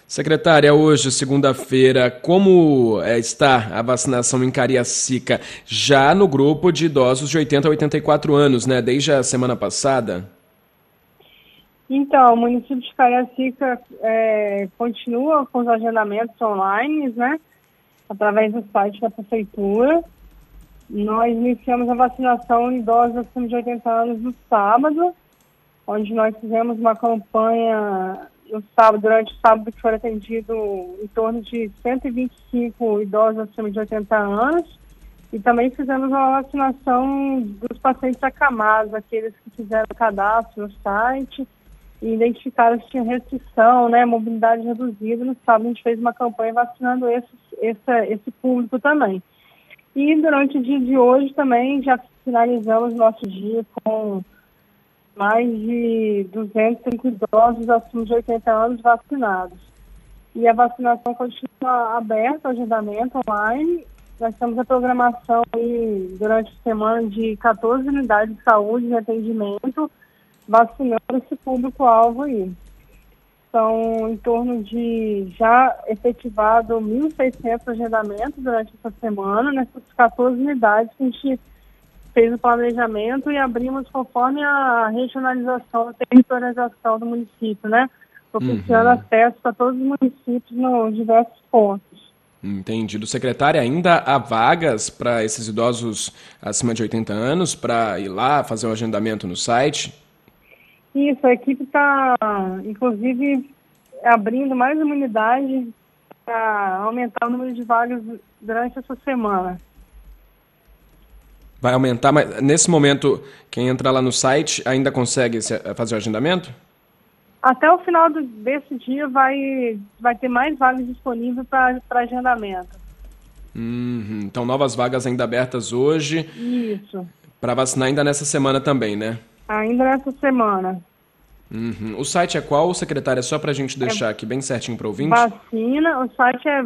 Secretária, hoje, segunda-feira, como está a vacinação em Cariacica, já no grupo de idosos de 80 a 84 anos, né? Desde a semana passada? Então, o município de Cariacica continua com os agendamentos online, né? Através do site da prefeitura. Nós iniciamos a vacinação em idosos acima de 80 anos no sábado, onde nós fizemos uma campanha no sábado, durante o sábado, que foi atendido em torno de 125 idosos acima de 80 anos. E também fizemos uma vacinação dos pacientes acamados, aqueles que fizeram cadastro no site e identificaram se tinha restrição, né, mobilidade reduzida. No sábado a gente fez uma campanha vacinando esse público também. E durante o dia de hoje também já finalizamos nosso dia com mais de 205 idosos acima de 80 anos vacinados. E a vacinação continua aberta, o agendamento online. Nós temos a programação aí durante a semana de 14 unidades de saúde de atendimento, vacinando esse público-alvo aí. São em torno de já efetivado 1.600 agendamentos durante essa semana, nessas 14 unidades que a gente fez o planejamento e abrimos conforme a regionalização, a territorialização do município, né? Propiciando acesso a todos os municípios nos diversos pontos. Entendido. Secretária, ainda há vagas para esses idosos acima de 80 anos para ir lá fazer o agendamento no site? Isso, a equipe está, inclusive, abrindo mais uma unidade para aumentar o número de vagas durante essa semana. Vai aumentar, mas nesse momento, quem entrar lá no site ainda consegue fazer o agendamento? Até o final desse dia vai ter mais vagas disponíveis para agendamento. Então, novas vagas ainda abertas hoje. Isso. Para vacinar ainda nessa semana também, né? Ainda nessa semana. O site é qual, secretária? Só para a gente deixar aqui bem certinho para o ouvinte. O site é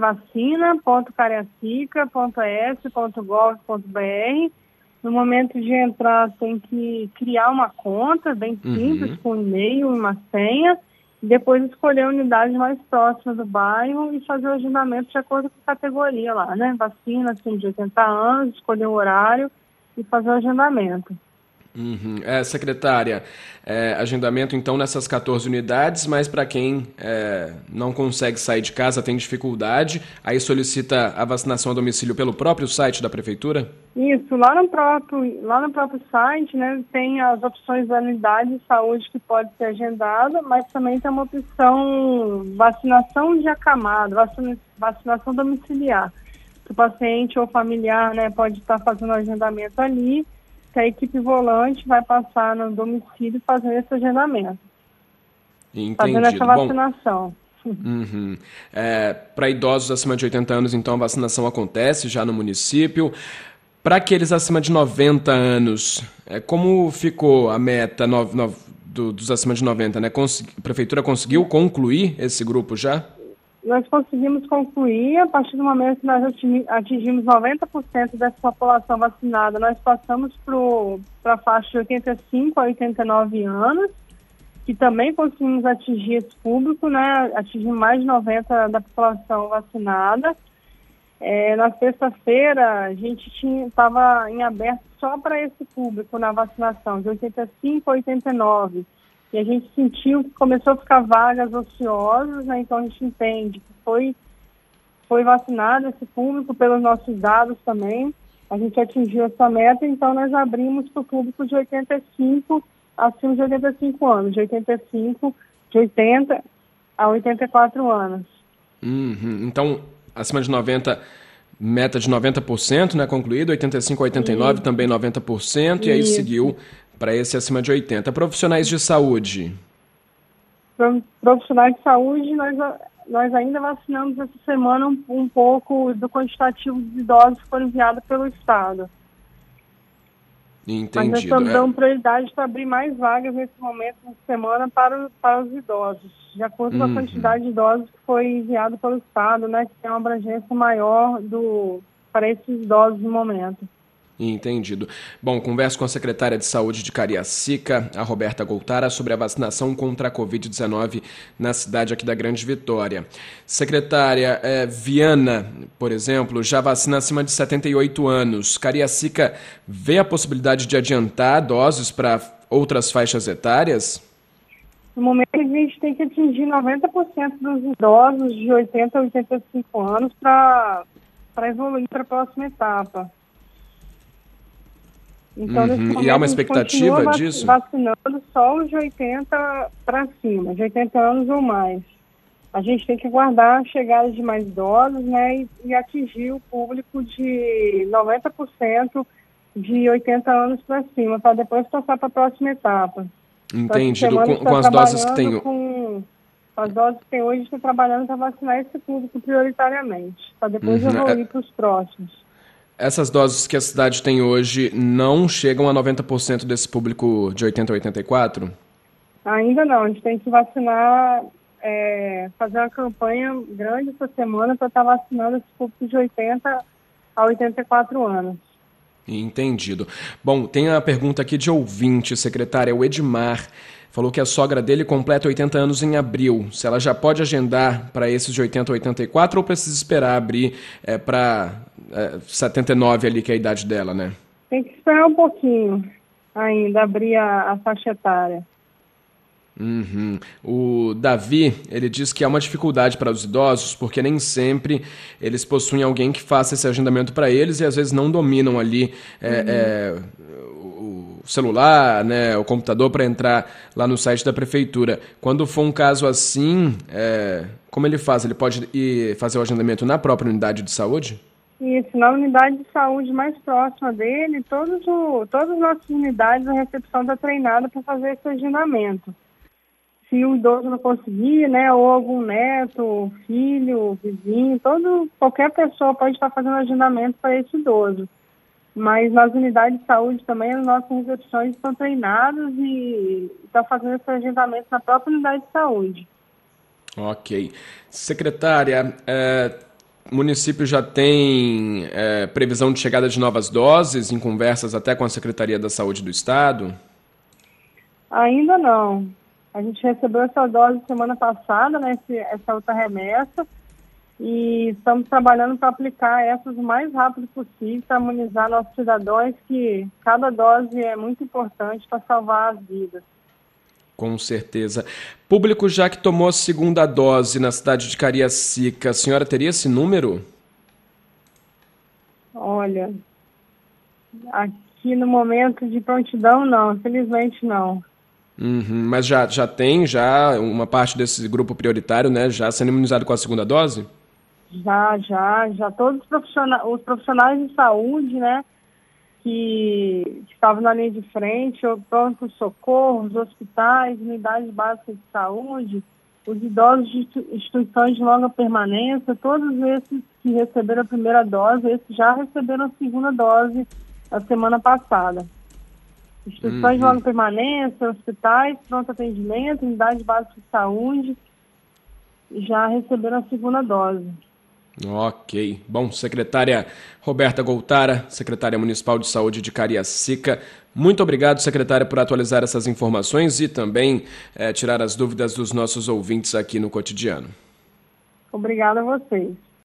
vacina.cariacica.es.gov.br. No momento de entrar, tem que criar uma conta bem simples, com um e-mail e uma senha, e depois escolher a unidade mais próxima do bairro e fazer o agendamento de acordo com a categoria lá, né? Vacina, acima de 80 anos, escolher o horário e fazer o agendamento. Secretária, agendamento então nessas 14 unidades, mas para quem não consegue sair de casa, tem dificuldade, aí solicita a vacinação a domicílio pelo próprio site da Prefeitura? Isso, lá no próprio site, né, tem as opções da unidade de saúde que pode ser agendada, mas também tem uma opção vacinação de acamado, vacinação domiciliar. O paciente ou familiar, né, pode estar fazendo o agendamento ali, que a equipe volante vai passar no domicílio e fazer esse agendamento. Entendido. Fazendo essa vacinação. Para idosos acima de 80 anos, então, a vacinação acontece já no município. Para aqueles acima de 90 anos, como ficou a meta dos acima de 90, né? A Prefeitura conseguiu concluir esse grupo já? Nós conseguimos concluir a partir do momento que nós atingimos 90% dessa população vacinada. Nós passamos para a faixa de 85 a 89 anos, que também conseguimos atingir esse público, né? Atingimos mais de 90% da população vacinada. Na sexta-feira, a gente estava em aberto só para esse público na vacinação, de 85 a 89. E a gente sentiu que começou a ficar vagas ociosas, né? Então a gente entende que foi vacinado esse público pelos nossos dados também. A gente atingiu essa meta, então nós abrimos para o público de 85, acima de 85 anos, de 80 a 84 anos. Então, acima de 90, meta de 90%, né, concluído, 85 a 89 também 90%, e aí seguiu para esse acima de 80. Profissionais de saúde? Profissionais de saúde, nós ainda vacinamos essa semana um pouco do quantitativo de idosos que foram enviados pelo Estado. Entendido. Mas nós estamos dando prioridade para abrir mais vagas nesse momento de semana para os idosos, de acordo com a quantidade de idosos que foi enviado pelo Estado, né, que tem uma abrangência maior para esses idosos no momento. Entendido. Bom, converso com a secretária de Saúde de Cariacica, a Roberta Goltara, sobre a vacinação contra a Covid-19 na cidade aqui da Grande Vitória. Secretária, Viana, por exemplo, já vacina acima de 78 anos. Cariacica vê a possibilidade de adiantar doses para outras faixas etárias? No momento, a gente tem que atingir 90% dos idosos de 80 a 85 anos para evoluir para a próxima etapa. Então, nesse momento, e há uma expectativa disso? Vacinando só os de 80 para cima, de 80 anos ou mais. A gente tem que aguardar a chegada de mais idosos, né, e atingir o público de 90% de 80 anos para cima, para depois passar para a próxima etapa. Entendido. Com as doses que tem... Com as doses que tem hoje, a gente está trabalhando para vacinar esse público prioritariamente, para depois evoluir para os próximos. Essas doses que a cidade tem hoje não chegam a 90% desse público de 80 a 84? Ainda não. A gente tem que vacinar, fazer uma campanha grande essa semana para estar vacinando esse público de 80 a 84 anos. Entendido. Bom, tem a pergunta aqui de ouvinte, secretária, o Edmar. Falou que a sogra dele completa 80 anos em abril. Se ela já pode agendar para esses de 80 a 84 ou precisa esperar abrir para 79 ali, que é a idade dela, né? Tem que esperar um pouquinho ainda, abrir a faixa etária. O Davi, ele diz que há uma dificuldade para os idosos porque nem sempre eles possuem alguém que faça esse agendamento para eles e às vezes não dominam ali o celular, né, o computador para entrar lá no site da prefeitura. Quando for um caso assim, como ele faz? Ele pode ir fazer o agendamento na própria unidade de saúde? Isso, na unidade de saúde mais próxima dele, todas as nossas unidades, a recepção está treinada para fazer esse agendamento. Se o idoso não conseguir, né, ou algum neto, filho, vizinho, qualquer pessoa pode estar fazendo agendamento para esse idoso. Mas nas unidades de saúde também, as nossas recepções estão treinadas e estão fazendo esse agendamento na própria unidade de saúde. Ok. Secretária, o município já tem previsão de chegada de novas doses, em conversas até com a Secretaria da Saúde do Estado? Ainda não. A gente recebeu essa dose semana passada, né, essa outra remessa, e estamos trabalhando para aplicar essas o mais rápido possível, para imunizar nossos cidadãos, que cada dose é muito importante para salvar as vidas. Com certeza. Público já que tomou a segunda dose na cidade de Cariacica, a senhora teria esse número? Olha, aqui no momento de prontidão não, infelizmente não. Mas já tem uma parte desse grupo prioritário, né, já sendo imunizado com a segunda dose? Já todos os profissionais de saúde, né, que estavam na linha de frente, ou pronto-socorro, os hospitais, unidades básicas de saúde, os idosos de instituições de longa permanência, todos esses que receberam a primeira dose, esses já receberam a segunda dose a semana passada. Instituições de longa permanência, hospitais, pronto atendimento, unidades básicas de saúde, já receberam a segunda dose. Ok. Bom, secretária Roberta Goltara, secretária municipal de saúde de Cariacica, muito obrigado, secretária, por atualizar essas informações e também tirar as dúvidas dos nossos ouvintes aqui no Cotidiano. Obrigada a vocês.